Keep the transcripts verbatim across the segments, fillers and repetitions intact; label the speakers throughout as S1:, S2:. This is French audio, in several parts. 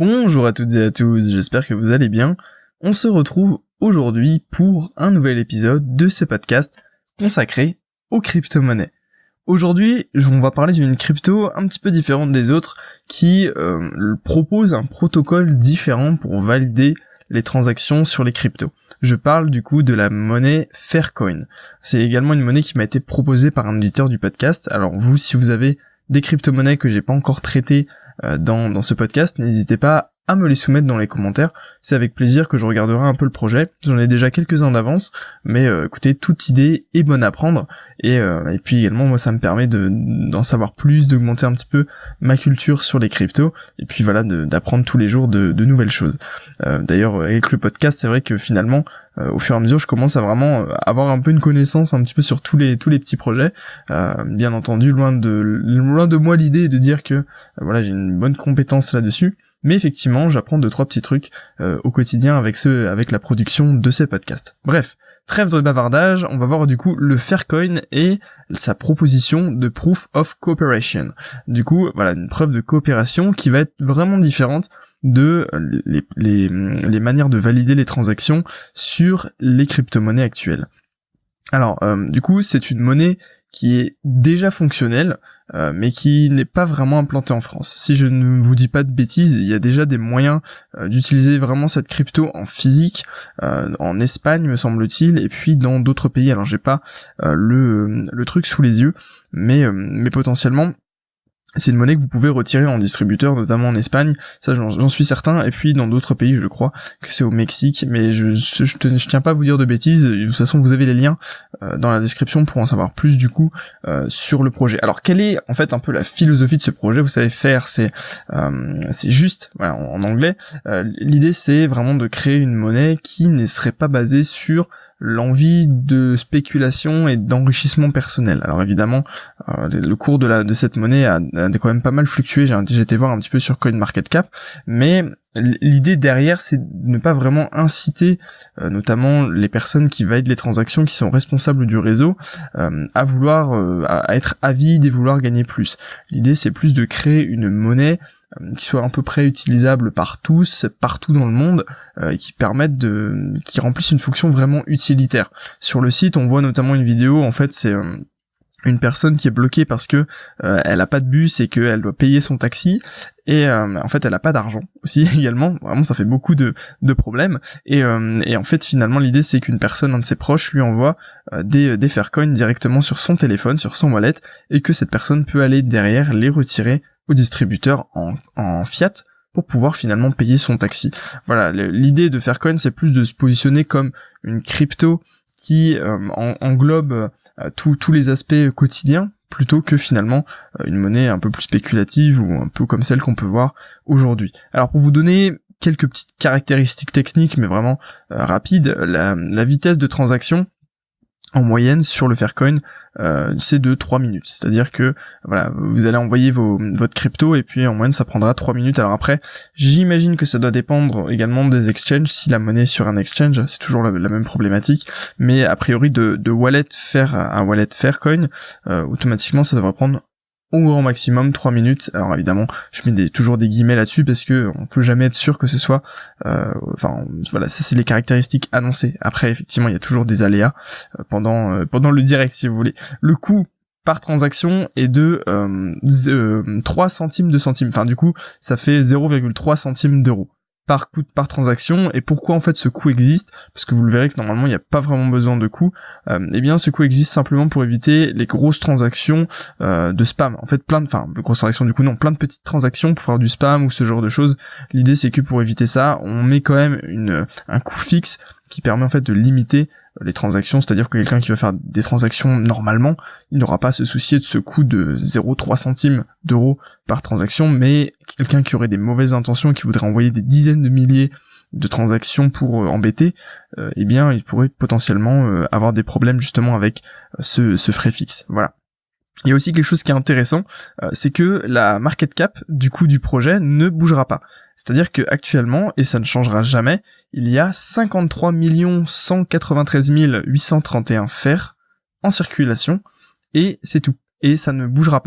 S1: Bonjour à toutes et à tous, j'espère que vous allez bien. On se retrouve aujourd'hui pour un nouvel épisode de ce podcast consacré aux crypto-monnaies. Aujourd'hui, on va parler d'une crypto un petit peu différente des autres qui euh, propose un protocole différent pour valider les transactions sur les cryptos. Je parle du coup de la monnaie Faircoin. C'est également une monnaie qui m'a été proposée par un auditeur du podcast. Alors vous, si vous avez des crypto-monnaies que j'ai pas encore traitées euh, dans, dans ce podcast, n'hésitez pas à me les soumettre dans les commentaires. C'est avec plaisir que je regarderai un peu le projet. J'en ai déjà quelques-uns d'avance, mais euh, écoutez, toute idée est bonne à prendre. Et, euh, et puis également, moi, ça me permet de d'en savoir plus, d'augmenter un petit peu ma culture sur les cryptos, et puis voilà, de, d'apprendre tous les jours de, de nouvelles choses. Euh, d'ailleurs, avec le podcast, c'est vrai que finalement, Euh, au fur et à mesure, je commence à vraiment avoir un peu une connaissance un petit peu sur tous les tous les petits projets. Euh, bien entendu, loin de loin de moi l'idée de dire que euh, voilà, j'ai une bonne compétence là-dessus, mais effectivement, j'apprends deux trois petits trucs euh, au quotidien avec ce avec la production de ces podcasts. Bref, trêve de bavardage, on va voir du coup le Faircoin et sa proposition de Proof of Cooperation. Du coup, voilà, une preuve de coopération qui va être vraiment différente de les, les, les manières de valider les transactions sur les crypto-monnaies actuelles. Alors, euh, du coup, c'est une monnaie qui est déjà fonctionnelle, euh, mais qui n'est pas vraiment implantée en France. Si je ne vous dis pas de bêtises, il y a déjà des moyens euh, d'utiliser vraiment cette crypto en physique, euh, en Espagne, me semble-t-il, et puis dans d'autres pays. Alors, j'ai pas euh, le, le truc sous les yeux, mais, euh, mais potentiellement, c'est une monnaie que vous pouvez retirer en distributeur, notamment en Espagne, ça j'en, j'en suis certain, et puis dans d'autres pays, je crois que c'est au Mexique, mais je, je, je, te, je tiens pas à vous dire de bêtises. De toute façon, vous avez les liens euh, dans la description pour en savoir plus du coup euh, sur le projet. Alors, quelle est en fait un peu la philosophie de ce projet? Vous savez faire, c'est euh, c'est juste, voilà, en, en anglais, euh, l'idée c'est vraiment de créer une monnaie qui ne serait pas basée sur l'envie de spéculation et d'enrichissement personnel. Alors évidemment, euh, le cours de la de cette monnaie a, a quand même pas mal fluctué. J'ai, j'ai été voir un petit peu sur CoinMarketCap, mais l'idée derrière, c'est de ne pas vraiment inciter, euh, notamment les personnes qui valident les transactions, qui sont responsables du réseau, euh, à vouloir, euh, à être avides et vouloir gagner plus. L'idée, c'est plus de créer une monnaie qui soit à peu près utilisable par tous, partout dans le monde, euh, qui permettent de, qui remplissent une fonction vraiment utilitaire. Sur le site, on voit notamment une vidéo, en fait, c'est euh, une personne qui est bloquée parce que euh, elle a pas de bus et qu'elle doit payer son taxi, et euh, en fait elle a pas d'argent aussi également. Vraiment, ça fait beaucoup de, de problèmes, et, euh, et en fait finalement l'idée c'est qu'une personne, un de ses proches, lui envoie euh, des, des Faircoin directement sur son téléphone, sur son wallet, et que cette personne peut aller derrière les retirer au distributeur en, en fiat pour pouvoir finalement payer son taxi. Voilà, l'idée de Faircoin, c'est plus de se positionner comme une crypto qui euh, en, englobe euh, tous tous les aspects quotidiens, plutôt que finalement euh, une monnaie un peu plus spéculative ou un peu comme celle qu'on peut voir aujourd'hui. Alors, pour vous donner quelques petites caractéristiques techniques, mais vraiment euh, rapides, la, la vitesse de transaction en moyenne sur le Faircoin, euh, c'est de trois minutes. C'est-à-dire que voilà, vous allez envoyer vos, votre crypto, et puis en moyenne ça prendra trois minutes. Alors après, j'imagine que ça doit dépendre également des exchanges. Si la monnaie est sur un exchange, c'est toujours la, la même problématique, mais a priori de, de wallet faire un wallet Faircoin, euh, automatiquement ça devrait prendre au grand maximum trois minutes. Alors évidemment, je mets des, toujours des guillemets là-dessus parce que on peut jamais être sûr que ce soit, euh, enfin voilà, ça c'est les caractéristiques annoncées. Après effectivement, il y a toujours des aléas euh, pendant euh, pendant le direct, si vous voulez. Le coût par transaction est de euh, euh, trois centimes de centimes. Enfin du coup, ça fait zéro virgule trois centimes d'euros par coût par transaction. Et pourquoi en fait ce coût existe? Parce que vous le verrez que normalement il n'y a pas vraiment besoin de coût. Euh, eh bien ce coût existe simplement pour éviter les grosses transactions euh, de spam. En fait plein de, enfin de grosses transactions du coup non, plein de petites transactions pour faire du spam ou ce genre de choses. L'idée c'est que pour éviter ça, on met quand même une un coût fixe qui permet en fait de limiter les transactions, c'est-à-dire que quelqu'un qui va faire des transactions normalement, il n'aura pas à se soucier de ce coût de zéro virgule trois centimes d'euros par transaction, mais quelqu'un qui aurait des mauvaises intentions, qui voudrait envoyer des dizaines de milliers de transactions pour euh, embêter, euh, eh bien il pourrait potentiellement euh, avoir des problèmes justement avec euh, ce, ce frais fixe. Voilà. Il y a aussi quelque chose qui est intéressant, euh, c'est que la market cap du coup du projet ne bougera pas. C'est-à-dire que actuellement, et ça ne changera jamais, il y a cinquante-trois millions cent quatre-vingt-treize mille huit cent trente et un F A I R en circulation, et c'est tout. Et ça ne bougera pas.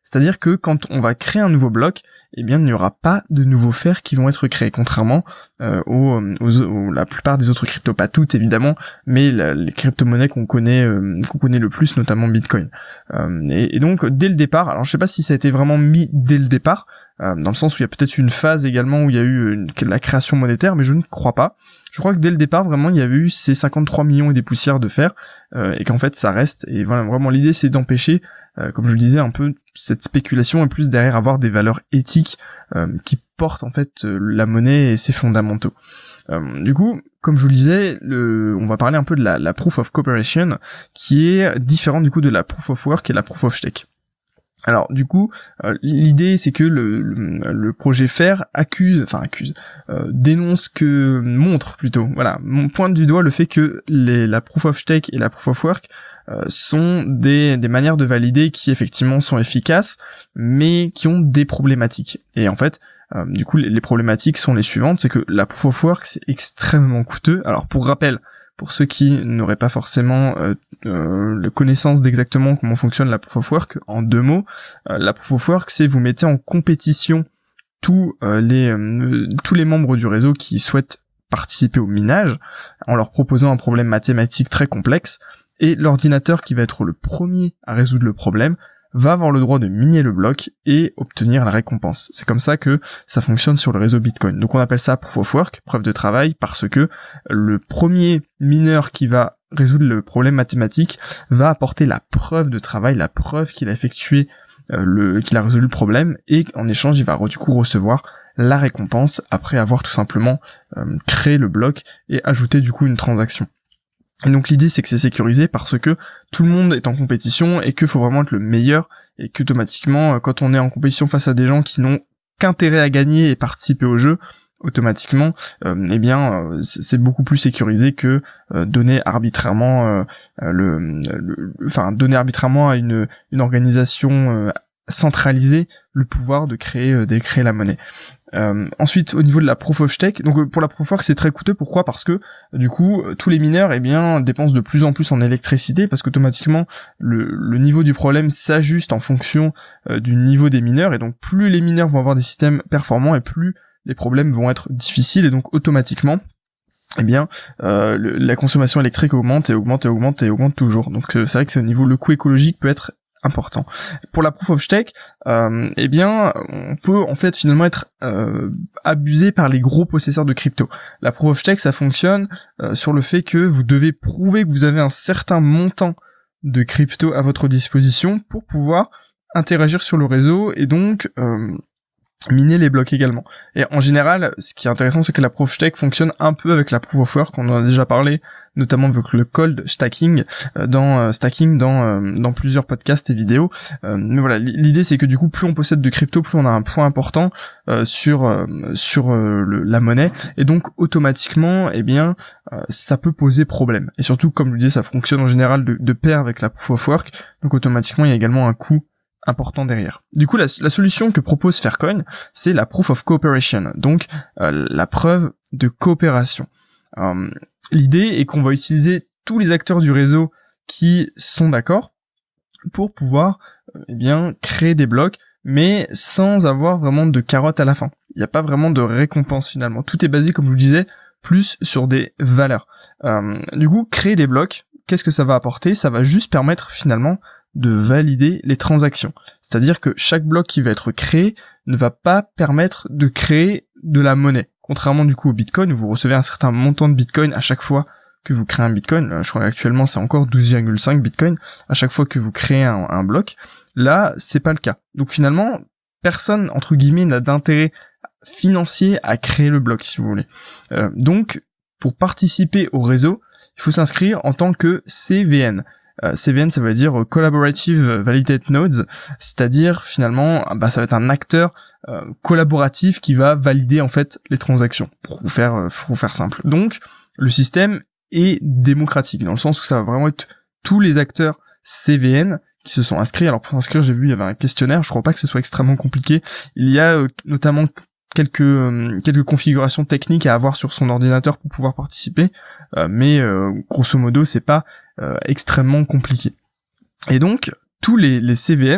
S1: C'est-à-dire que quand on va créer un nouveau bloc, eh bien, il n'y aura pas de nouveaux fers qui vont être créés, contrairement euh, aux, aux, aux la plupart des autres cryptos, pas toutes évidemment, mais la, les crypto-monnaies qu'on connaît, euh, qu'on connaît le plus, notamment Bitcoin. Euh, et, et donc, dès le départ, alors je sais pas si ça a été vraiment mis dès le départ, euh, dans le sens où il y a peut-être une phase également où il y a eu une, la création monétaire, mais je ne crois pas. Je crois que dès le départ, vraiment, il y avait eu ces cinquante-trois millions et des poussières de fer, euh, et qu'en fait, ça reste. Et voilà, vraiment, l'idée, c'est d'empêcher, euh, comme je le disais, un peu cette spéculation, et plus derrière avoir des valeurs éthiques euh, qui portent en fait euh, la monnaie et ses fondamentaux. Euh, du coup, comme je vous le disais, le, on va parler un peu de la, la proof of cooperation, qui est différente du coup de la proof of work et la proof of stake. Alors du coup, euh, l'idée c'est que le, le, le projet Fer accuse, enfin accuse, euh, dénonce que, montre plutôt, voilà, pointe du doigt le fait que les, la proof of stake et la proof of work euh, sont des, des manières de valider qui effectivement sont efficaces, mais qui ont des problématiques. Et en fait, euh, du coup, les, les problématiques sont les suivantes, c'est que la proof of work c'est extrêmement coûteux. Alors pour rappel, pour ceux qui n'auraient pas forcément euh, euh, la connaissance d'exactement comment fonctionne la proof of work, en deux mots, euh, la proof of work, c'est vous mettez en compétition tous euh, les euh, tous les membres du réseau qui souhaitent participer au minage, en leur proposant un problème mathématique très complexe, et l'ordinateur qui va être le premier à résoudre le problème va avoir le droit de miner le bloc et obtenir la récompense. C'est comme ça que ça fonctionne sur le réseau Bitcoin. Donc on appelle ça proof of work, preuve de travail, parce que le premier mineur qui va résoudre le problème mathématique va apporter la preuve de travail, la preuve qu'il a effectué, euh, le, qu'il a résolu le problème, et en échange il va du coup recevoir la récompense après avoir tout simplement euh, créé le bloc et ajouté du coup une transaction. Et donc l'idée c'est que c'est sécurisé parce que tout le monde est en compétition et qu'il faut vraiment être le meilleur, et qu'automatiquement quand on est en compétition face à des gens qui n'ont qu'intérêt à gagner et participer au jeu, automatiquement euh, eh bien euh, c'est beaucoup plus sécurisé que euh, donner arbitrairement euh, le, le enfin donner arbitrairement à une une organisation euh, centralisée le pouvoir de créer euh, de créer la monnaie. Euh, ensuite, au niveau de la proof of stake, donc euh, pour la proof of work c'est très coûteux. Pourquoi ? Parce que du coup tous les mineurs eh bien dépensent de plus en plus en électricité, parce qu'automatiquement le, le niveau du problème s'ajuste en fonction euh, du niveau des mineurs, et donc plus les mineurs vont avoir des systèmes performants et plus les problèmes vont être difficiles, et donc automatiquement eh bien euh, le, la consommation électrique augmente et augmente et augmente et augmente toujours. Donc euh, c'est vrai que c'est au niveau, le coût écologique peut être important. Pour la proof of stake, euh, eh bien, on peut en fait finalement être euh, abusé par les gros possesseurs de crypto. La proof of stake, ça fonctionne euh, sur le fait que vous devez prouver que vous avez un certain montant de crypto à votre disposition pour pouvoir interagir sur le réseau et donc euh, miner les blocs également. Et en général, ce qui est intéressant, c'est que la proof of stake fonctionne un peu avec la proof of work. On en a déjà parlé, notamment avec le cold stacking, euh, dans euh, stacking dans euh, dans plusieurs podcasts et vidéos. Euh, mais voilà, l'idée c'est que du coup, plus on possède de crypto, plus on a un point important euh, sur euh, sur euh, le, la monnaie, et donc automatiquement, eh bien, euh, ça peut poser problème. Et surtout, comme je le disais, ça fonctionne en général de, de pair avec la proof of work. Donc automatiquement, il y a également un coût important derrière. Du coup, la, la solution que propose Faircoin, c'est la proof of cooperation, donc euh, la preuve de coopération. Euh, l'idée est qu'on va utiliser tous les acteurs du réseau qui sont d'accord pour pouvoir euh, eh bien créer des blocs, mais sans avoir vraiment de carotte à la fin. Il n'y a pas vraiment de récompense finalement. Tout est basé, comme je vous le disais, plus sur des valeurs. Euh, du coup, créer des blocs, qu'est-ce que ça va apporter ? Ça va juste permettre finalement de valider les transactions. C'est-à-dire que chaque bloc qui va être créé ne va pas permettre de créer de la monnaie. Contrairement du coup au Bitcoin, où vous recevez un certain montant de Bitcoin à chaque fois que vous créez un Bitcoin. Je crois qu'actuellement c'est encore douze virgule cinq Bitcoin à chaque fois que vous créez un, un bloc. Là, c'est pas le cas. Donc finalement, personne, entre guillemets, n'a d'intérêt financier à créer le bloc, si vous voulez. Euh, donc, pour participer au réseau, il faut s'inscrire en tant que C V N. Euh, C V N, ça veut dire Collaborative Validated Nodes, c'est-à-dire finalement, bah, ça va être un acteur euh, collaboratif qui va valider en fait les transactions, pour vous faire, euh, pour vous faire simple. Donc, le système est démocratique, dans le sens où ça va vraiment être tous les acteurs C V N qui se sont inscrits. Alors pour s'inscrire, j'ai vu, il y avait un questionnaire, je crois pas que ce soit extrêmement compliqué. Il y a euh, notamment quelques euh, quelques configurations techniques à avoir sur son ordinateur pour pouvoir participer, euh, mais euh, grosso modo c'est pas euh, extrêmement compliqué. Et donc tous les les C V N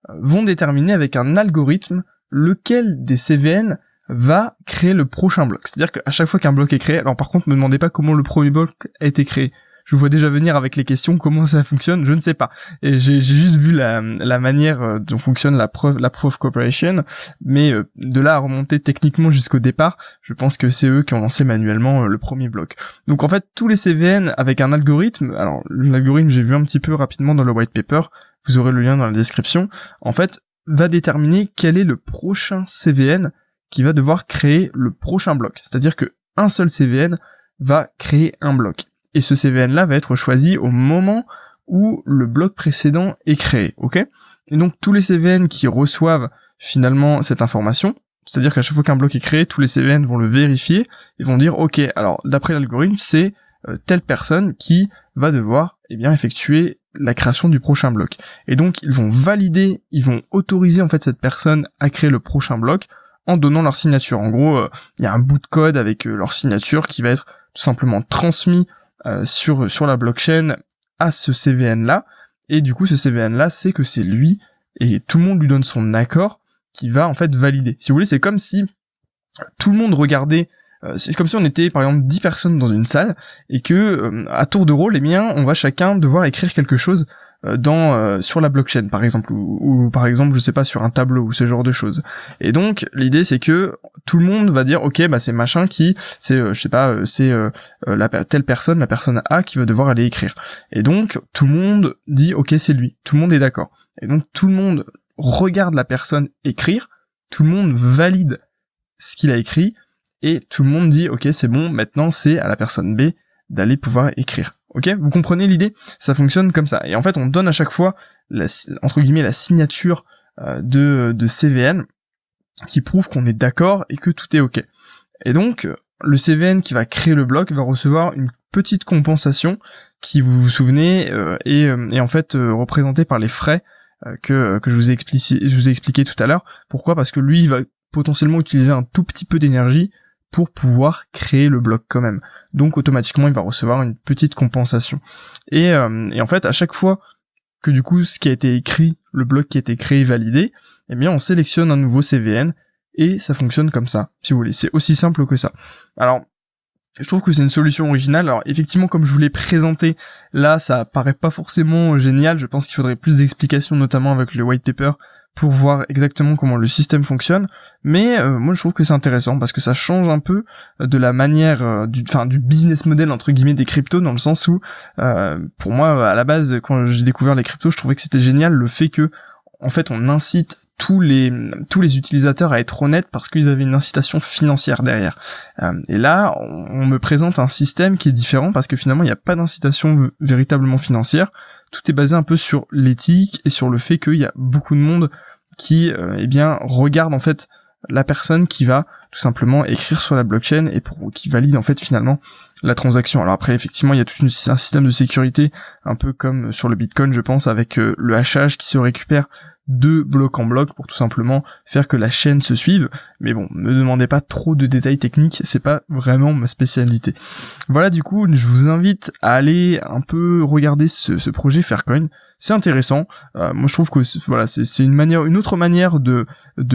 S1: euh, vont déterminer avec un algorithme lequel des C V N va créer le prochain bloc. C'est-à-dire qu'à chaque fois qu'un bloc est créé, alors par contre, me demandez pas comment le premier bloc a été créé. Je vous vois déjà venir avec les questions, comment ça fonctionne, je ne sais pas. Et j'ai, j'ai juste vu la, la manière dont fonctionne la preuve, la proof of cooperation, mais euh, de là à remonter techniquement jusqu'au départ, je pense que c'est eux qui ont lancé manuellement euh, le premier bloc. Donc en fait, tous les C V N avec un algorithme, alors l'algorithme j'ai vu un petit peu rapidement dans le white paper, vous aurez le lien dans la description, en fait, va déterminer quel est le prochain C V N qui va devoir créer le prochain bloc. C'est-à-dire que un seul C V N va créer un bloc. Et ce C V N-là va être choisi au moment où le bloc précédent est créé, ok ? Et donc tous les C V N qui reçoivent finalement cette information, c'est-à-dire qu'à chaque fois qu'un bloc est créé, tous les C V N vont le vérifier et vont dire, ok, alors d'après l'algorithme, c'est euh, telle personne qui va devoir, eh bien, effectuer la création du prochain bloc. Et donc ils vont valider, ils vont autoriser en fait cette personne à créer le prochain bloc en donnant leur signature. En gros, il euh, y a un bout de code avec euh, leur signature qui va être tout simplement transmis Euh, sur sur la blockchain à ce C V N là, et du coup ce C V N là sait que c'est lui et tout le monde lui donne son accord qui va en fait valider. Si vous voulez, c'est comme si tout le monde regardait, euh, c'est comme si on était par exemple dix personnes dans une salle et que euh, à tour de rôle, eh bien on va chacun devoir écrire quelque chose euh, dans euh, sur la blockchain par exemple, ou, ou par exemple je sais pas sur un tableau ou ce genre de choses. Et donc l'idée c'est que tout le monde va dire ok bah c'est machin qui c'est euh, je sais pas euh, c'est euh, euh, la telle personne, la personne A qui va devoir aller écrire. Et donc tout le monde dit ok c'est lui, tout le monde est d'accord. Et donc tout le monde regarde la personne écrire, tout le monde valide ce qu'il a écrit et tout le monde dit ok c'est bon, maintenant c'est à la personne B d'aller pouvoir écrire. Ok, vous comprenez l'idée ? Ça fonctionne comme ça. Et en fait, on donne à chaque fois, la, entre guillemets, la signature euh, de, de C V N qui prouve qu'on est d'accord et que tout est ok. Et donc, le C V N qui va créer le bloc va recevoir une petite compensation qui, vous vous souvenez, euh, est, est en fait euh, représentée par les frais euh, que, que je vous ai expliqué, je vous ai expliqué tout à l'heure. Pourquoi ? Parce que lui, il va potentiellement utiliser un tout petit peu d'énergie pour pouvoir créer le bloc quand même. Donc automatiquement il va recevoir une petite compensation. Et, euh, et en fait à chaque fois que du coup ce qui a été écrit, le bloc qui a été créé, validé, eh bien on sélectionne un nouveau C V N et ça fonctionne comme ça, si vous voulez. C'est aussi simple que ça. Alors je trouve que c'est une solution originale. Alors effectivement, comme je vous l'ai présenté, là ça paraît pas forcément génial. Je pense qu'il faudrait plus d'explications, notamment avec le white paper, pour voir exactement comment le système fonctionne, mais euh, moi je trouve que c'est intéressant parce que ça change un peu de la manière euh, du enfin du business model entre guillemets des cryptos, dans le sens où euh, pour moi à la base quand j'ai découvert les cryptos, je trouvais que c'était génial le fait que en fait on incite tous les tous les utilisateurs à être honnêtes parce qu'ils avaient une incitation financière derrière. Euh, et là, on, on me présente un système qui est différent parce que finalement, il n'y a pas d'incitation v- véritablement financière. Tout est basé un peu sur l'éthique et sur le fait qu'il y a beaucoup de monde qui, euh, eh bien, regarde en fait la personne qui va tout simplement écrire sur la blockchain et pour qui valide en fait finalement la transaction. Alors après effectivement il y a tout une, un système de sécurité un peu comme sur le Bitcoin je pense, avec euh, le hachage qui se récupère de bloc en bloc pour tout simplement faire que la chaîne se suive. Mais bon, ne me demandez pas trop de détails techniques, c'est pas vraiment ma spécialité. Voilà, du coup je vous invite à aller un peu regarder ce, ce projet Faircoin. C'est intéressant. Euh, moi je trouve que voilà, c'est, c'est une manière, une autre manière de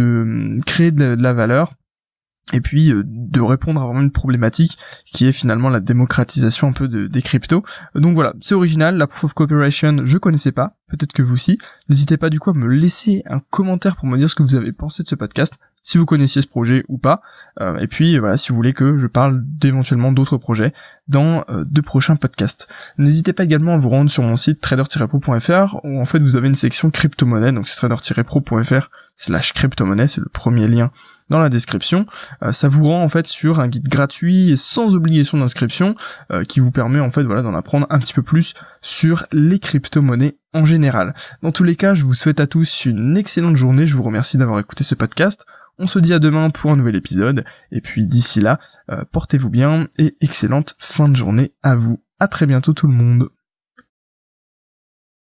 S1: de créer de la, de la valeur. Et puis euh, de répondre à vraiment une problématique qui est finalement la démocratisation un peu de, des cryptos. Donc voilà, c'est original, la Proof of Cooperation, je connaissais pas, peut-être que vous aussi. N'hésitez pas du coup à me laisser un commentaire pour me dire ce que vous avez pensé de ce podcast, si vous connaissiez ce projet ou pas. Euh, et puis voilà, si vous voulez que je parle d'éventuellement d'autres projets dans euh, de prochains podcasts. N'hésitez pas également à vous rendre sur mon site trader tiret pro point f r où en fait vous avez une section crypto-monnaie, donc c'est trader tiret pro point f r slash crypto-monnaie, c'est le premier lien dans la description. Euh, ça vous rend en fait sur un guide gratuit et sans obligation d'inscription euh, qui vous permet en fait voilà d'en apprendre un petit peu plus sur les crypto-monnaies en général. Dans tous les cas, je vous souhaite à tous une excellente journée, je vous remercie d'avoir écouté ce podcast. On se dit à demain pour un nouvel épisode, et puis d'ici là, euh, portez-vous bien et excellente fin de journée à vous. À très bientôt tout le monde.